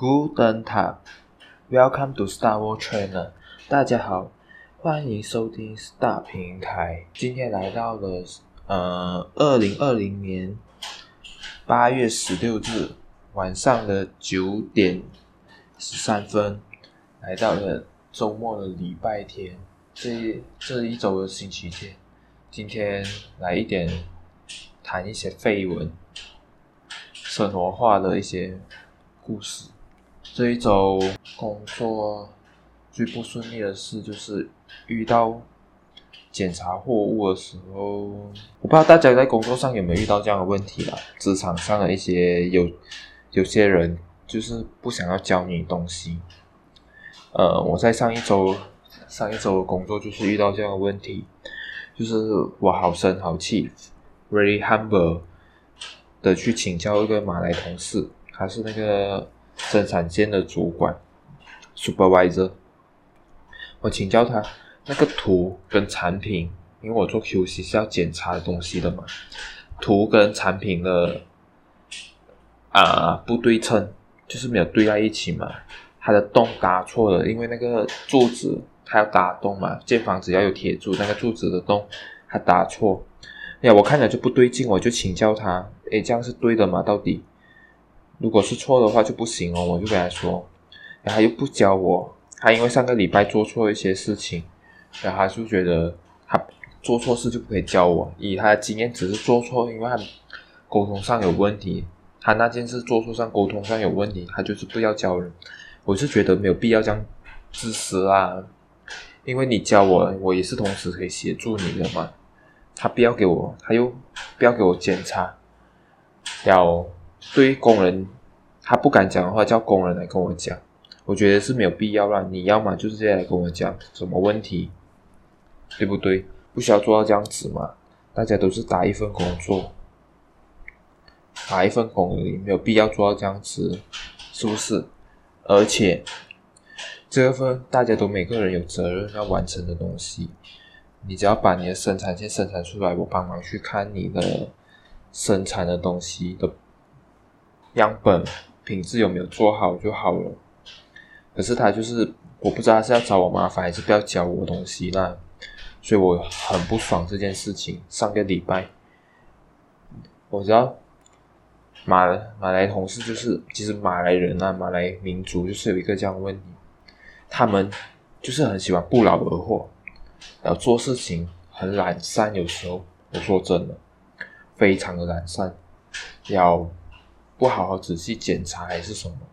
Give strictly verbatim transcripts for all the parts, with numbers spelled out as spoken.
Guten Tag, Welcome to Star Wars Channel。大家好，欢迎收听 Star 平台。今天来到了呃二零二零年八月十六日晚上的九点十三分，来到了周末的礼拜天，这这一周的星期天。今天来一点谈一些绯闻，生活化的一些故事。这一周工作最不顺利的事就是遇到检查货物的时候，我不知道大家在工作上有没有遇到这样的问题啦。职场上的一些有有些人就是不想要教你东西。呃，我在上一周上一周的工作就是遇到这样的问题，就是我好声好气 ，very humble 的去请教一个马来同事，他是那个生产线的主管 supervisor。 我请教他那个图跟产品，因为我做 Q C 是要检查的东西的嘛，图跟产品的啊、呃、不对称，就是没有对在一起嘛，它的洞打错了，因为那个柱子它要打洞嘛，建房子要有铁柱，那个柱子的洞它打错，呀，我看着就不对劲，我就请教他，诶，这样是对的吗？到底如果是错的话就不行哦，我就跟他说，然后他又不教我，他因为上个礼拜做错一些事情，然后他就觉得他做错事就不可以教我，以他的经验只是做错，因为他沟通上有问题，他那件事做错上沟通上有问题，他就是不要教人。我是觉得没有必要这样自私啊，因为你教我，我也是同时可以协助你的嘛。他不要给我，他又不要给我检查，要对工人他不敢讲的话，叫工人来跟我讲，我觉得是没有必要啦。你要嘛就直接来跟我讲什么问题，对不对？不需要做到这样子嘛，大家都是打一份工作，打一份工而已，没有必要做到这样子，是不是？而且这份大家都每个人有责任要完成的东西，你只要把你的生产线生产出来，我帮忙去看你的生产的东西的样本品质有没有做好就好了。可是他就是我不知道他是要找我麻烦还是不要教我东西啦，所以我很不爽这件事情。上个礼拜我知道马马来同事就是其实马来人啊，马来民族就是有一个这样的问题，他们就是很喜欢不劳而获，然后做事情很懒散，有时候我说真的非常的懒散，要不好好仔细检查还是什么，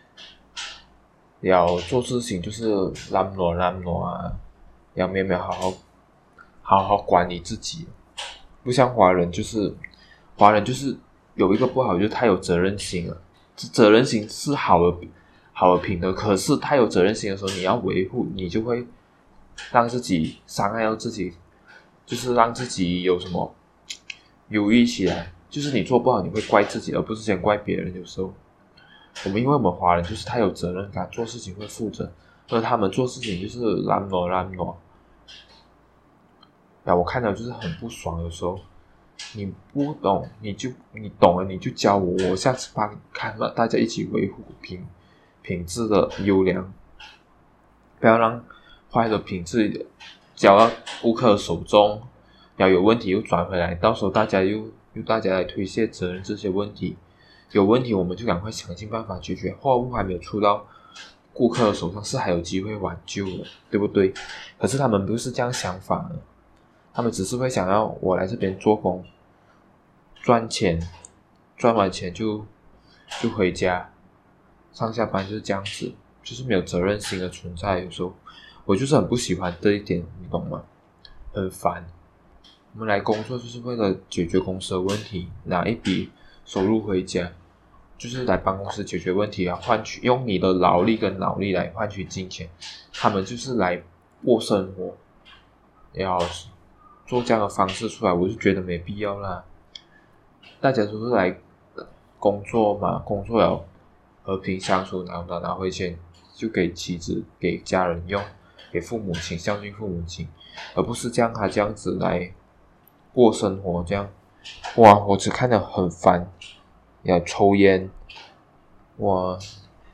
要做事情就是懒惰懒惰啊，要没有没有好好好好管理自己。不像华人，就是华人就是有一个不好，就是太有责任心了。责任心是好的好的品德，可是太有责任心的时候，你要维护，你就会让自己伤害到自己，就是让自己有什么忧郁起来，就是你做不好你会怪自己，而不是先怪别人。有时候我们因为我们华人就是太有责任感，做事情会负责，而他们做事情就是懒惰懒惰，然后我看到就是很不爽。有时候你不懂你就你懂了你就教我，我下次帮你看了，大家一起维护品品质的优良，不要让坏的品质交到顾客手中，然后有问题又转回来，到时候大家又又大家来推卸责任。这些问题有问题我们就赶快想尽办法解决，货物还没有出到顾客的手上是还有机会挽救的，对不对？可是他们不是这样想法的，他们只是会想要我来这边做工赚钱，赚完钱就就回家，上下班就是这样子，就是没有责任心的存在。有时候我就是很不喜欢这一点，你懂吗？很烦。我们来工作就是为了解决公司的问题，拿一笔收入回家，就是来办公室解决问题啊，换取用你的劳力跟脑力来换取金钱。他们就是来过生活，要做这样的方式出来，我就觉得没必要啦。大家都是来工作嘛，工作要和平相处，然后拿回钱就给妻子给家人用，给父母亲孝敬父母亲，而不是这样他这样子来过生活。这样哇，我只看得很烦，要抽烟，哇，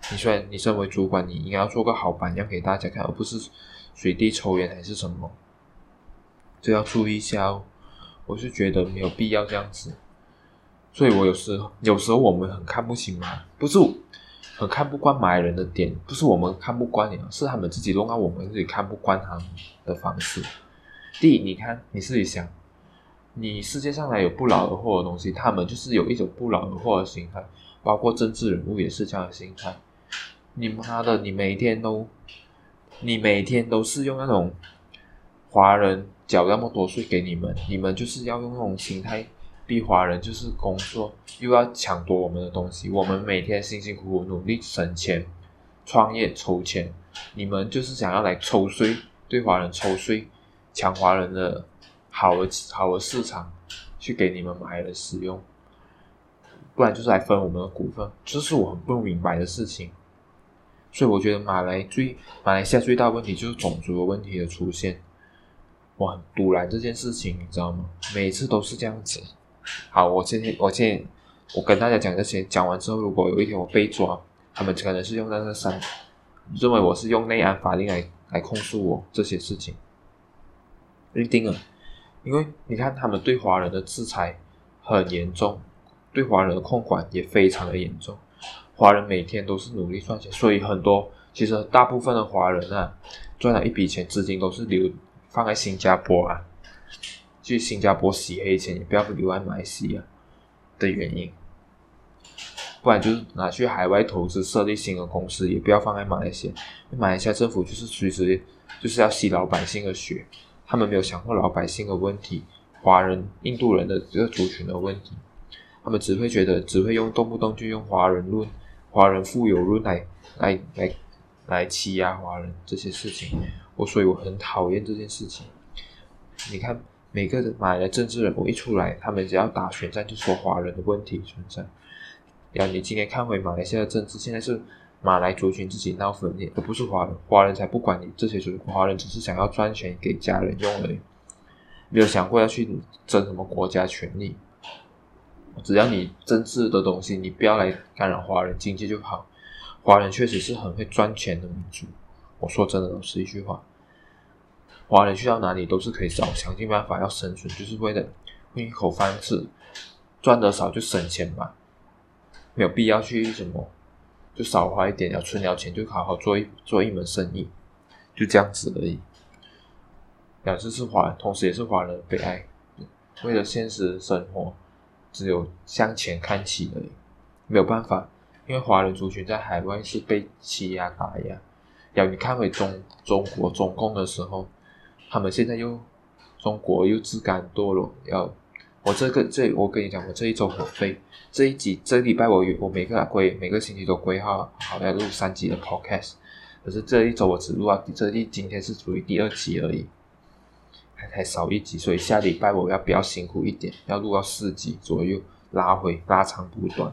你虽然你身为主管，你应该要做个好榜样给大家看，而不是随地抽烟还是什么，这要注意一下哦。我是觉得没有必要这样子，所以我有时有时候我们很看不起马，不是很看不惯马来人的点，不是我们看不惯你，是他们自己弄到我们自己看不惯他们的方式。第一，你看你自己想，你世界上来有不劳而获的东西，他们就是有一种不劳而获的心态，包括政治人物也是这样的心态。你妈的，你每天都你每天都是用那种华人缴那么多税给你们，你们就是要用那种心态逼华人就是工作，又要抢夺我们的东西。我们每天辛辛苦苦努力省钱创业筹钱，你们就是想要来抽税，对华人抽税，抢华人的好的好的市场去给你们马来人使用，不然就是来分我们的股份，这是我很不明白的事情。所以我觉得马来最马来西亚最大的问题就是种族的问题的出现，我很突然这件事情，你知道吗？每次都是这样子。好，我今天我今天我跟大家讲这些，讲完之后，如果有一天我被抓，他们可能是用那个三，认为我是用内安法令来来控诉我这些事情，一定了。因为你看他们对华人的制裁很严重，对华人的控管也非常的严重。华人每天都是努力赚钱，所以很多其实大部分的华人啊，赚了一笔钱，资金都是留放在新加坡啊，去新加坡洗黑钱，也不要留在马来西亚的原因。不然就是拿去海外投资设立新的公司，也不要放在马来西亚，因为马来西亚政府就是随时就是要吸老百姓的血，他们没有想过老百姓的问题，华人、印度人的这个族群的问题，他们只会觉得只会用动不动就用华人论、华人富有论来来来来欺压华人这些事情。我所以我很讨厌这件事情。你看每个马来的政治人物一出来，他们只要打选战就说华人的问题存在。然后你今天看回马来西亚的政治，现在是马来族群自己闹分裂，而不是华人。华人才不管你这些族群，华人只是想要赚钱给家人用而已，没有想过要去争什么国家权利。只要你政治的东西，你不要来干扰华人经济就好。华人确实是很会赚钱的民族，我说真的都是一句话。华人去到哪里都是可以找想尽办法要生存，就是为了混一口饭吃，赚得少就省钱吧，没有必要去什么就少花一点，要存了钱就好好做一做一门生意，就这样子而已。两这是华人，同时也是华人的悲哀，为了现实生活只有向前看齐而已，没有办法，因为华人族群在海外是被欺压打压。要你看回中中国中共的时候，他们现在又中国又自甘堕落。要我这个这我跟你讲，我这一周很废，这一集这礼拜我我每个规每个星期都规划好要录三集的 podcast， 可是这一周我只录到这一今天是属于第二集而已，还还少一集，所以下礼拜我要比较辛苦一点，要录到四集左右，拉回拉长补短。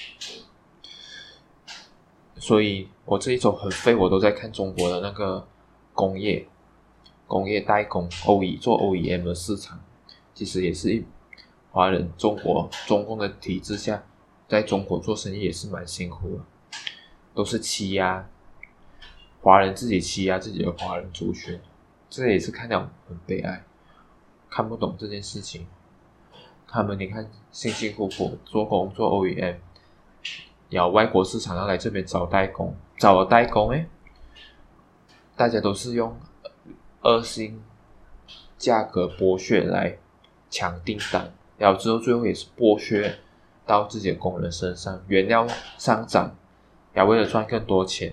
所以我这一周很废，我都在看中国的那个工业工业代工 O E 做 O E M 的市场，其实也是一华人中国中共的体制下，在中国做生意也是蛮辛苦的，都是欺压华人，自己欺压自己的华人族群，这也是看到很悲哀，看不懂这件事情。他们你看辛辛苦苦做工做 O E M， 然后外国市场要来这边找代工，找了代工诶，大家都是用恶性价格剥削来抢订单，然后之后最后也是剥削到自己的工人身上，原料上涨，然后为了赚更多钱，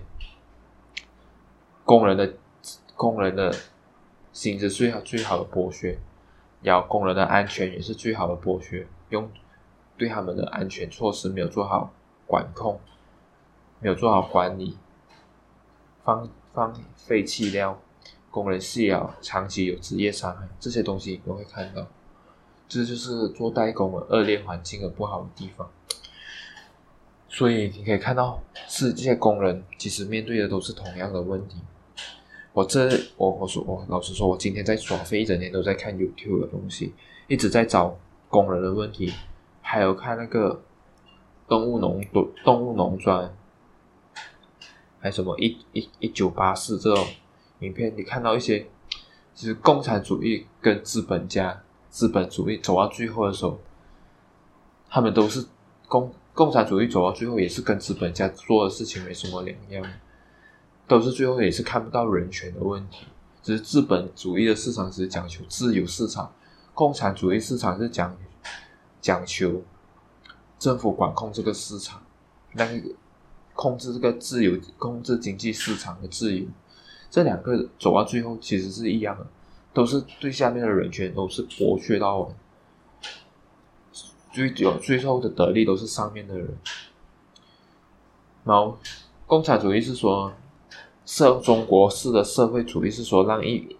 工人的工人的薪资最好最好的剥削，然后工人的安全也是最好的剥削，用对他们的安全措施没有做好管控，没有做好管理，放放废弃料，工人饲养长期有职业伤害，这些东西你都会看到，这就是做代工的恶劣环境的不好的地方。所以你可以看到世界工人其实面对的都是同样的问题。我这我我说我老实说，我今天在耍废一整天都在看 YouTube 的东西，一直在找工人的问题，还有看那个动物农动物农庄还什么一一一九八四这种影片，你看到一些其实共产主义跟资本家资本主义走到最后的时候，他们都是共共产主义走到最后也是跟资本家做的事情没什么两样，都是最后也是看不到人权的问题。只是资本主义的市场只是讲求自由市场，共产主义市场是讲讲求政府管控这个市场，那个控制这个自由，控制经济市场的自由。这两个走到最后其实是一样的，都是对下面的人权都是剥削到完，最有最后的得利都是上面的人。然后共产主义是说社中国式的社会主义是说让一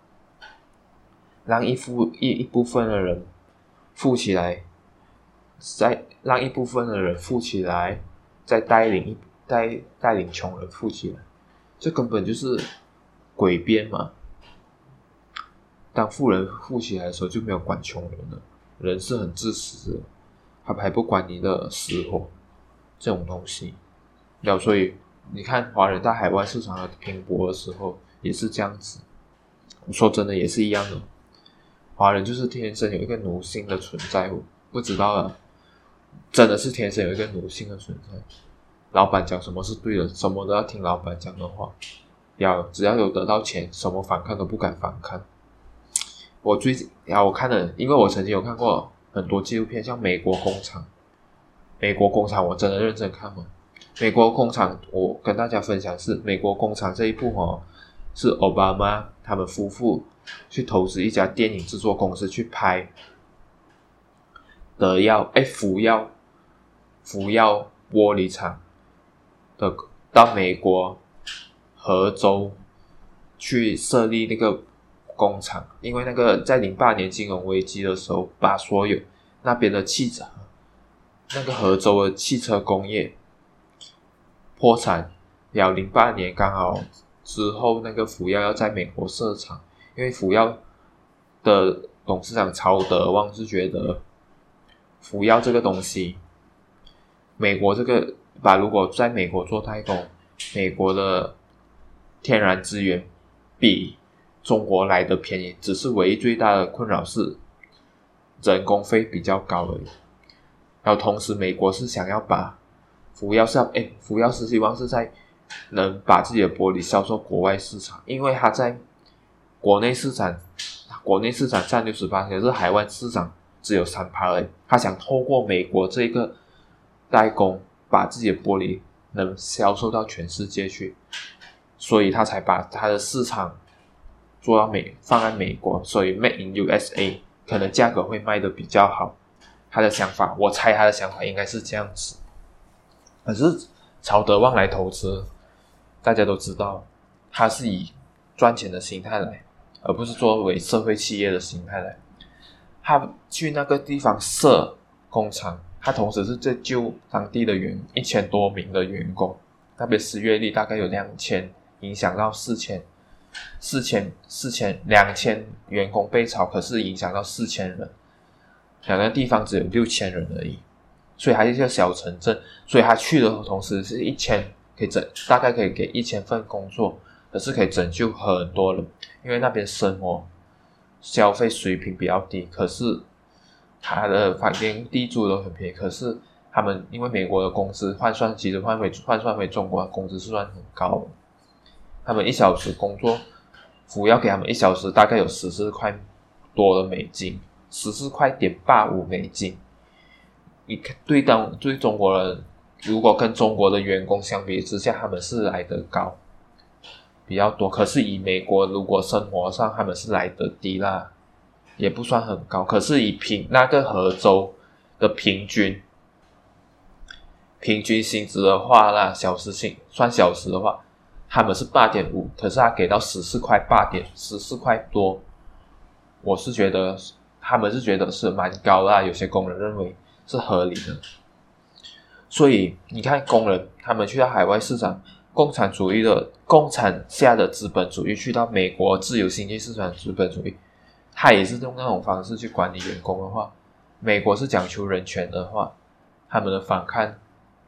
让一富一一部分的人富起来，再让一部分的人富起来，再带领一带带领穷人富起来，这根本就是诡辩嘛。当富人富起来的时候就没有管穷人了，人是很自私的，他还不管你的死活这种东西。然后所以你看华人在海外市场的拼搏的时候也是这样子，我说真的也是一样的，华人就是天生有一个奴性的存在，我不知道啊，真的是天生有一个奴性的存在。老板讲什么是对的，什么都要听老板讲的话，要只要有得到钱，什么反抗都不敢反抗。我最近啊，我看了，因为我曾经有看过很多纪录片，像美国工厂，美国工厂我真的认真看嘛。美国工厂，我跟大家分享是美国工厂这一部哦，是奥巴马他们夫妇去投资一家电影制作公司去拍的药，哎，福药，福药玻璃厂的到美国荷州去设立那个工厂，因为那个在零八年金融危机的时候，把所有那边的汽车，那个荷州的汽车工业破产了。零八年刚好之后，那个福药要在美国设厂，因为福药的董事长曹德旺是觉得福药这个东西，美国这个把如果在美国做代工，美国的天然资源比中国来的便宜，只是唯一最大的困扰是人工费比较高而已。然后同时美国是想要把福药是要诶福药是希望是在能把自己的玻璃销售国外市场，因为它在国内市场国内市场占 百分之六十八， 可是海外市场只有 百分之三 而已。他想透过美国这个代工把自己的玻璃能销售到全世界去，所以他才把他的市场做到美放在美国，所以 Made in U S A 可能价格会卖得比较好。他的想法，我猜他的想法应该是这样子。可是曹德旺来投资，大家都知道他是以赚钱的心态来，而不是作为社会企业的心态来。他去那个地方设工厂，他同时是在救当地的员一千多名的员工，那边失业率大概有两千，影响到四千四千四千两千员工被炒，可是影响到四千人，两个地方只有六千人而已，所以还是一个小城镇。所以他去的同时是一千，可以整大概可以给一千份工作，可是可以拯救很多人，因为那边生活消费水平比较低，可是他的房间地租都很便宜，可是他们因为美国的工资换算其实换回换算回中国的工资是算很高的，他们一小时工作服要给他们一小时大概有十四块多的美金，十四块点八五美金。你对当对中国人，如果跟中国的员工相比之下，他们是来得高比较多，可是以美国如果生活上他们是来得低啦，也不算很高。可是以平那个荷州的平均平均薪资的话啦，小时薪算小时的话，他们是 八点五， 可是他给到十四块八点十四块多，我是觉得他们是觉得是蛮高啦，有些工人认为是合理的。所以你看工人他们去到海外市场，共产主义的共产下的资本主义去到美国自由经济市场的资本主义，他也是用那种方式去管理员工的话，美国是讲求人权的话，他们的反抗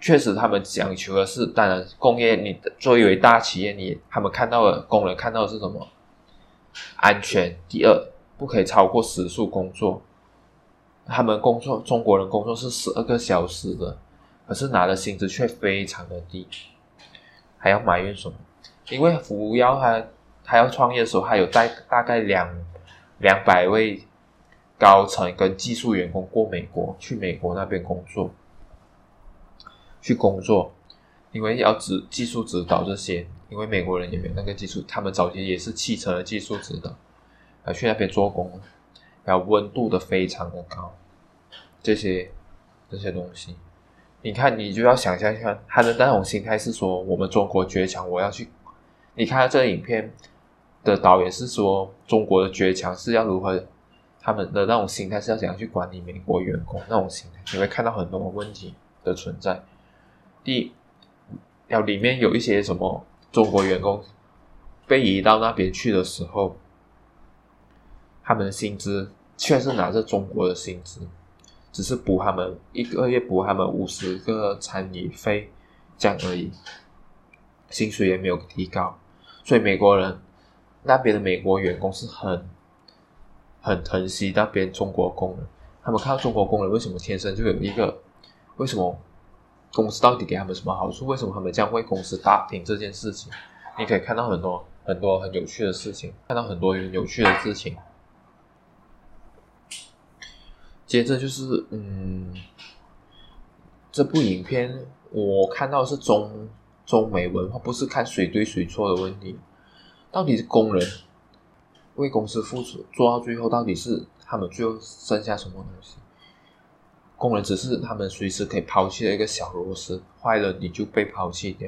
确实他们讲求的是，当然工业你作为大企业，你他们看到的工人看到的是什么？安全。第二，不可以超过时数工作。他们工作，中国人工作是十二个小时的，可是拿的薪资却非常的低，还要埋怨什么？因为福耀他他要创业的时候，还有带大概两两百位高层跟技术员工过美国，去美国那边工作，去工作，因为要指技术指导这些，因为美国人也没有那个技术，他们早期也是汽车的技术指导，啊，去那边做工。然后温度的非常的高，这些这些东西，你看你就要想象一下，他的那种心态是说我们中国崛强，我要去。你看这个影片的导演是说中国的崛强是要如何，他们的那种心态是要怎样去管理美国员工那种心态，你会看到很多问题的存在。第一，要里面有一些什么中国员工被移到那边去的时候，他们的薪资却是拿着中国的薪资，只是补他们一个月补他们五十个餐饮费这样而已，薪水也没有提高。所以美国人那边的美国员工是很很疼惜那边中国工人，他们看到中国工人为什么天生就有一个，为什么公司到底给他们什么好处，为什么他们这样为公司打拼这件事情，你可以看到很多很多很有趣的事情，看到很多有趣的事情。接着就是嗯，这部影片我看到的是中中美文化，不是看谁对谁错的问题，到底是工人为公司付出做到最后，到底是他们最后剩下什么东西？工人只是他们随时可以抛弃的一个小螺丝，坏了你就被抛弃掉。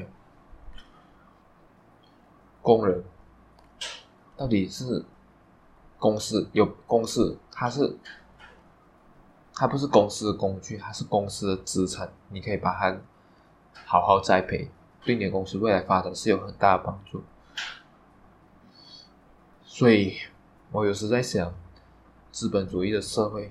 工人到底是公司有公司，它是它不是公司的工具，它是公司的资产，你可以把它好好栽培，对你的公司未来发展是有很大的帮助。所以我有时在想，资本主义的社会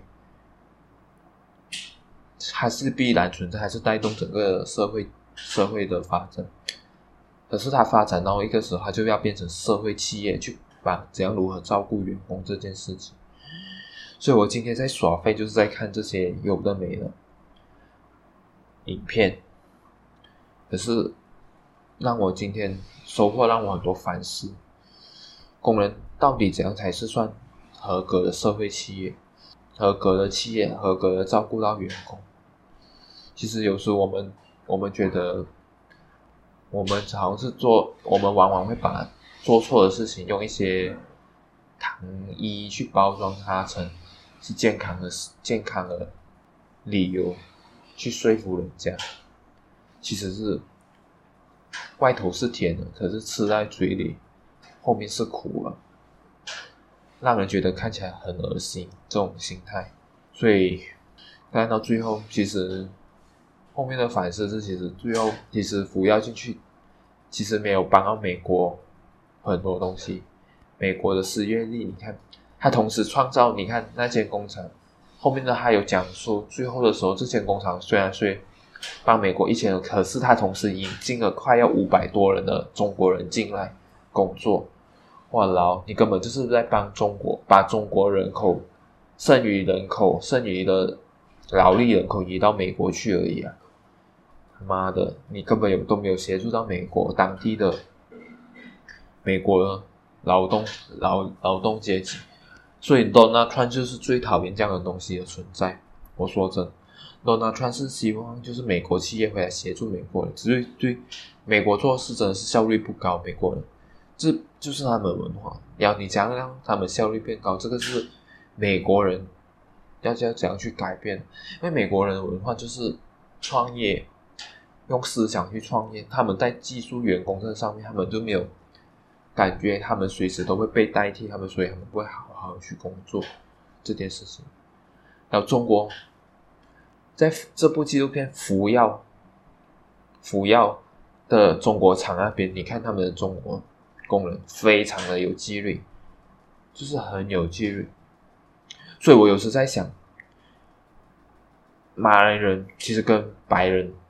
还是必然存在，还是带动整个社会社会的发展。可是它发展到一个时候，它就要变成社会企业，去把怎样如何照顾员工这件事情。所以我今天在耍废，就是在看这些有的没的影片。可是让我今天收获让我很多反思，工人到底怎样才是算合格的社会企业，合格的企业，合格的照顾到员工。其实有时我们我们觉得我们好像是做，我们往往会把做错的事情用一些糖衣去包装它成是健康的健康的理由去说服人家，其实是外头是甜的，可是吃在嘴里后面是苦了，让人觉得看起来很恶心这种心态。所以看到最后，其实后面的反思是，其实最后其实服药进去其实没有帮到美国很多东西。美国的失业率，你看它同时创造，你看那间工厂后面呢还有讲说，最后的时候这间工厂虽然说帮美国一千人，可是它同时引进了快要五百多人的中国人进来工作。哇劳，你根本就是在帮中国把中国人口剩余人口剩余的劳力人口移到美国去而已啊！妈的，你根本有都没有协助到美国当地的美国劳动劳劳动阶级。所以 Donald Trump 就是最讨厌这样的东西的存在。我说真 Donald Trump 是希望就是美国企业回来协助美国人，只是对美国做事真的是效率不高。美国人这就是他们的文化，然后你怎样让他们效率变高，这个是美国人要怎样去改变。因为美国人的文化就是创业，用思想去创业，他们在技术员工这上面他们就没有感觉他们随时都会被代替他们，所以他们不会好好去工作这件事情。然后中国在这部纪录片服药服药的中国厂那边，你看他们的中国工人非常的有纪律，就是很有纪律。所以我有时在想，马来人其实跟白人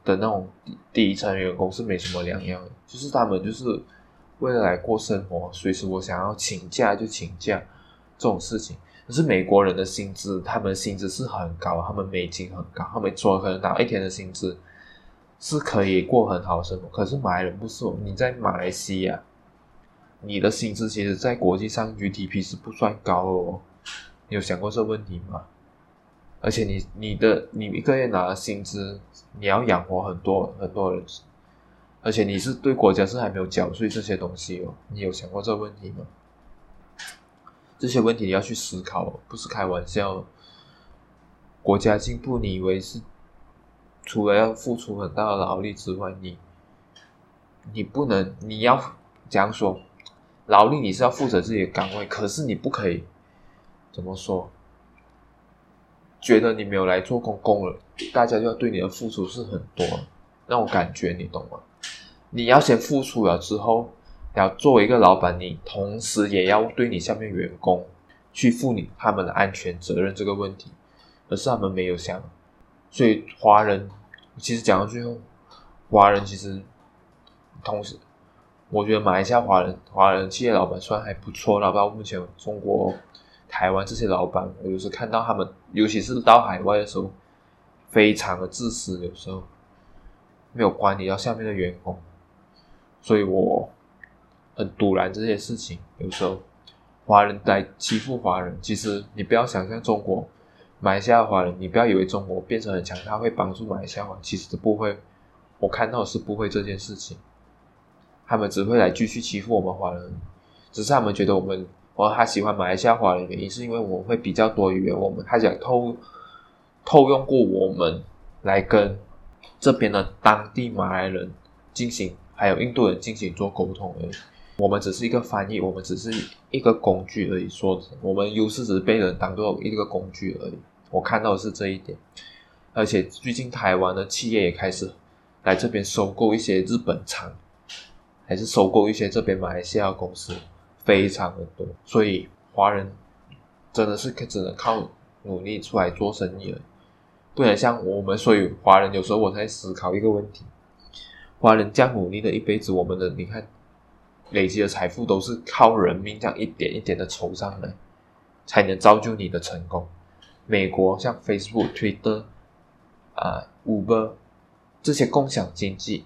的那种底层员工是没什么两样的，就是他们就是为了来过生活，随时我想要请假就请假这种事情。可是美国人的薪资，他们的薪资是很高，他们美金很高，他们说可能拿一天的薪资是可以过很好的生活。可是马来人不是哦，你在马来西亚，你的薪资其实在国际上 G D P 是不算高的哦，你有想过这个问题吗？而且你你的你一个月拿的薪资，你要养活很多很多人，而且你是对国家是还没有缴税这些东西哦，你有想过这个问题吗？这些问题你要去思考哦，不是开玩笑哦。国家进步，你以为是除了要付出很大的劳力之外，你你不能，你要这样说，劳力你是要负责自己的岗位，可是你不可以怎么说？觉得你没有来做公共了，大家就要对你的付出是很多那种感觉，你懂吗？你要先付出了之后，要作为一个老板，你同时也要对你下面员工去负你他们的安全责任这个问题，可是他们没有想。所以华人其实讲到最后，华人其实同时我觉得马来西亚华人华人企业老板算还不错了，到目前中国台湾这些老板，我有时看到他们尤其是到海外的时候非常的自私，有时候没有管理到下面的员工，所以我很堵拦这些事情。有时候华人来欺负华人，其实你不要想象中国马来西亚华人，你不要以为中国变成很强大会帮助马来西亚华人，其实不会，我看到的是不会这件事情，他们只会来继续欺负我们华人，只是他们觉得我们哦，他喜欢马来西亚华人的原因是因为我们会比较多语言，我们他想透透用过我们来跟这边的当地马来人进行，还有印度人进行做沟通而已。我们只是一个翻译，我们只是一个工具而已，说我们优势只是被人当作一个工具而已。我看到的是这一点，而且最近台湾的企业也开始来这边收购一些日本厂，还是收购一些这边马来西亚公司，非常的多。所以华人真的是只能靠努力出来做生意了，不能像我们。所以华人有时候我在思考一个问题，华人这样努力的一辈子，我们的你看累积的财富都是靠人民这样一点一点的筹上来，才能造就你的成功。美国像 Facebook、Twitter、呃、Uber 这些共享经济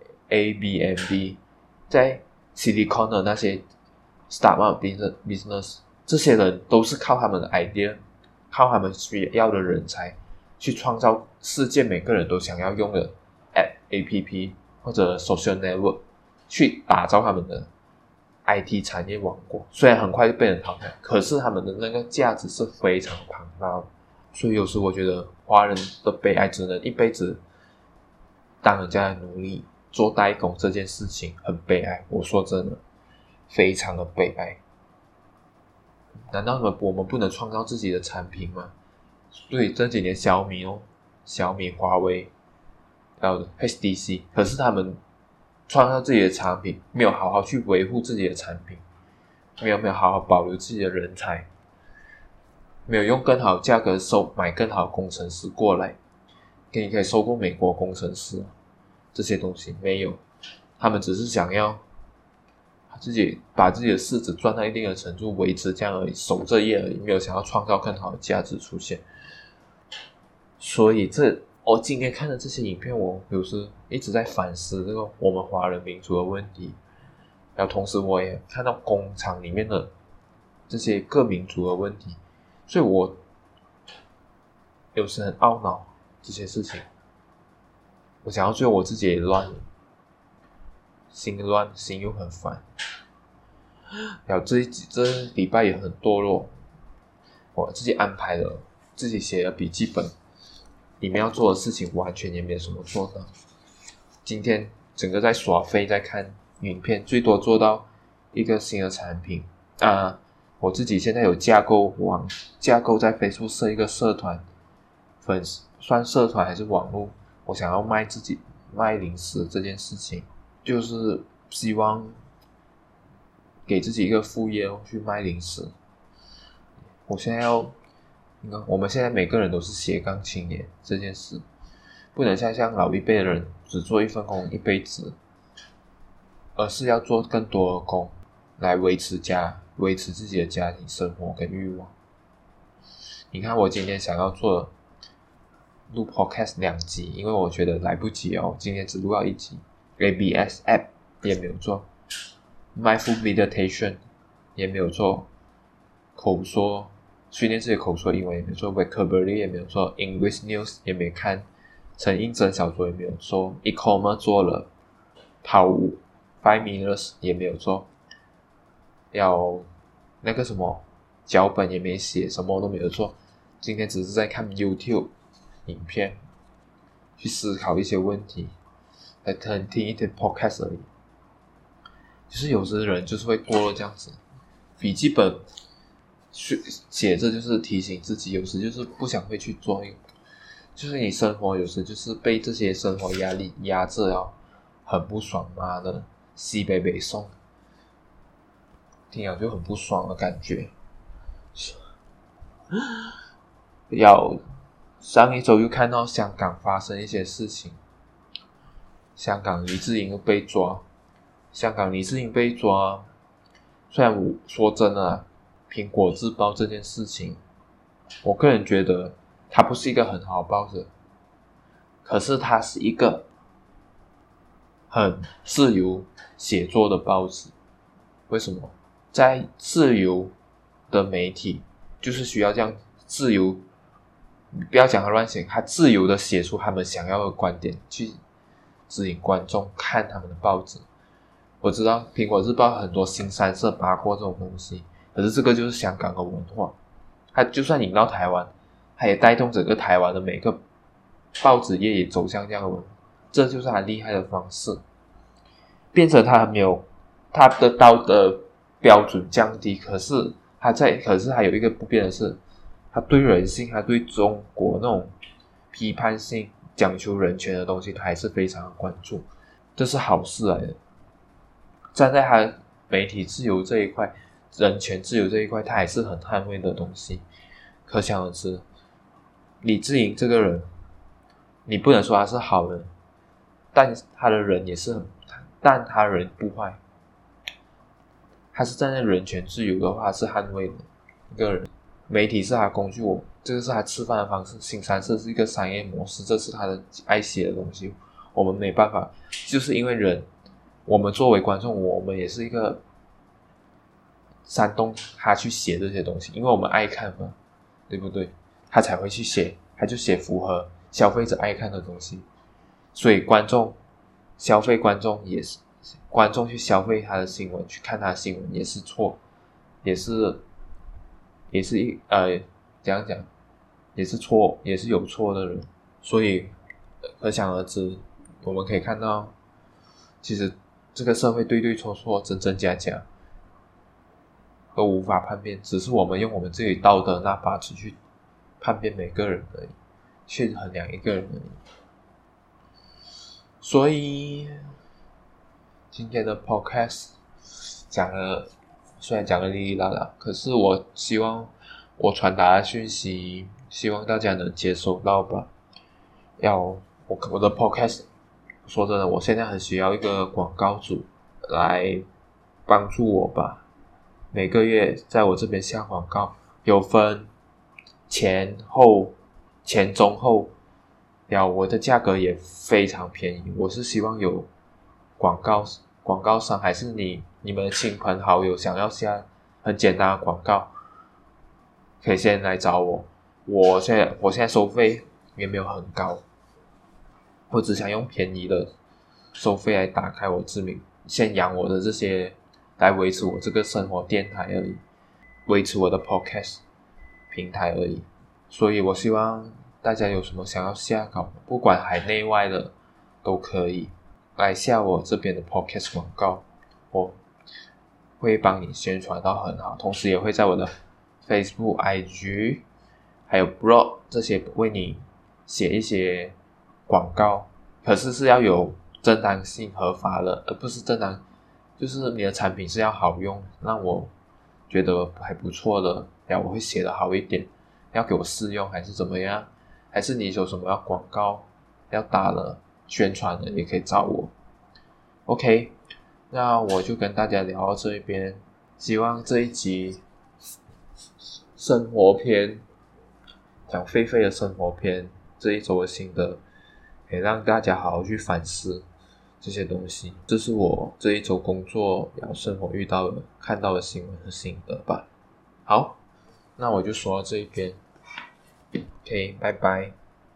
，Airbnb 在 Silicon 的那些 Startup Business， 这些人都是靠他们的 idea， 靠他们需要的人才去创造世界每个人都想要用的 App、App 或者 Social Network， 去打造他们的 I T 产业王国。虽然很快就被人淘汰，可是他们的那个价值是非常庞大的。所以有时我觉得华人的悲哀只能一辈子当人家的奴隶做代工，这件事情很悲哀，我说真的非常的悲哀。难道我们不能创造自己的产品吗？所以这几年小米哦，小米、华为还有 H T C， 可是他们创造自己的产品，没有好好去维护自己的产品，没有没有好好保留自己的人才，没有用更好的价格收买更好的工程师过来，可以可以收购美国工程师，这些东西没有，他们只是想要自己把自己的市值赚到一定的程度维持这样而已，守这业而已，没有想要创造更好的价值出现。所以这我今天看的这些影片，我有时一直在反思这个我们华人民族的问题，然后同时我也看到工厂里面的这些各民族的问题，所以我有时很懊恼这些事情。我想到最后我自己也乱了，心乱，心又很烦。然后这一这礼拜也很堕落，我自己安排了，自己写了笔记本，里面要做的事情完全也没什么做到。今天整个在耍废，在看影片，最多做到一个新的产品啊、呃！我自己现在有架构网架构在 Facebook 设一个社团，粉丝算社团还是网络？我想要卖自己卖零食这件事情，就是希望给自己一个副业哦，去卖零食。我现在要，我们现在每个人都是斜杠青年这件事， 不能像像老一辈的人只做一份工一辈子，而是要做更多的工来维持家维持自己的家庭生活跟欲望。你看我今天想要做录 podcast 两集，因为我觉得来不及哦，今天只录到一集。 A B S app 也没有做， Mindful Meditation 也没有做，口说训练自己口说英文也没有做， Vocabulary 也没有做， English News 也没看，陈映真小说也没有做， E-commerce 做了，跑舞 five minutes 也没有做，要那个什么脚本也没写，什么都没有做。今天只是在看 YouTube 影片，去思考一些问题，来听一点 podcast 而已。就是有些人就是会堕落这样子，笔记本写着就是提醒自己，有时就是不想会去做，就是你生活有时就是被这些生活压力压着了，很不爽，妈的西北北宋，听了就很不爽的感觉。要上一周又看到香港发生一些事情，香港黎智英又被抓，香港黎智英被抓，虽然我说真的啊，苹果日报这件事情，我个人觉得它不是一个很好的报纸，可是它是一个很自由写作的报纸。为什么？在自由的媒体就是需要这样自由，不要讲他乱写，他自由的写出他们想要的观点，去指引观众看他们的报纸。我知道苹果日报很多新三色八卦这种东西，可是这个就是香港的文化，它就算引到台湾，它也带动整个台湾的每个报纸业也走向这样的文化，这就是它厉害的方式，变成它没有它的道德标准降低，可是它在可是还有一个不变的是，他对人性，他对中国那种批判性讲求人权的东西，他还是非常的关注，这是好事来的。站在他媒体自由这一块，人权自由这一块，他还是很捍卫的东西。可想而知，李智英这个人，你不能说他是好人，但他的人也是很，但他人不坏。他是站在人权自由的话，他是捍卫的一个人。媒体是他的工具，我这个是他吃饭的方式。新三色是一个商业模式，这是他的爱写的东西，我们没办法，就是因为人，我们作为观众，我们也是一个煽动他去写这些东西，因为我们爱看嘛，对不对？他才会去写，他就写符合消费者爱看的东西，所以观众消费观众也是观众去消费他的新闻，去看他的新闻也是错，也是。也是一呃，怎样讲，也是错，也是有错的人，所以可想而知，我们可以看到，其实这个社会对对错错，真真假假，都无法判别，只是我们用我们自己道德那把尺去判别每个人而已，去衡量一个人而已。所以今天的 podcast 讲了。虽然讲的哩哩啦啦，可是我希望我传达的讯息，希望大家能接收到吧。要我我的 podcast， 说真的，我现在很需要一个广告主来帮助我吧。每个月在我这边下广告，有分前后、前中后，然后我的价格也非常便宜。我是希望有广告广告商，还是你。你们的亲朋好友想要下很简单的广告，可以先来找我。我现在我现在收费也没有很高，我只想用便宜的收费来打开我知名，先养我的这些，来维持我这个生活电台而已，维持我的 podcast 平台而已。所以我希望大家有什么想要下稿，不管海内外的都可以来下我这边的 podcast 广告，我会帮你宣传到很好，同时也会在我的 Facebook、I G 还有 blog 这些为你写一些广告，可是是要有正当性合法的，而不是正当，就是你的产品是要好用，让我觉得还不错的，然后我会写的好一点，要给我试用还是怎么样，还是你有什么要广告要打了宣传的也可以找我。 OK， 那我就跟大家聊到这边，希望这一集生活篇，讲狒狒的生活篇这一周的心得，可以让大家好好去反思这些东西。这是我这一周工作然后生活遇到的看到的新闻和心得吧。好，那我就说到这一边， OK， 拜拜。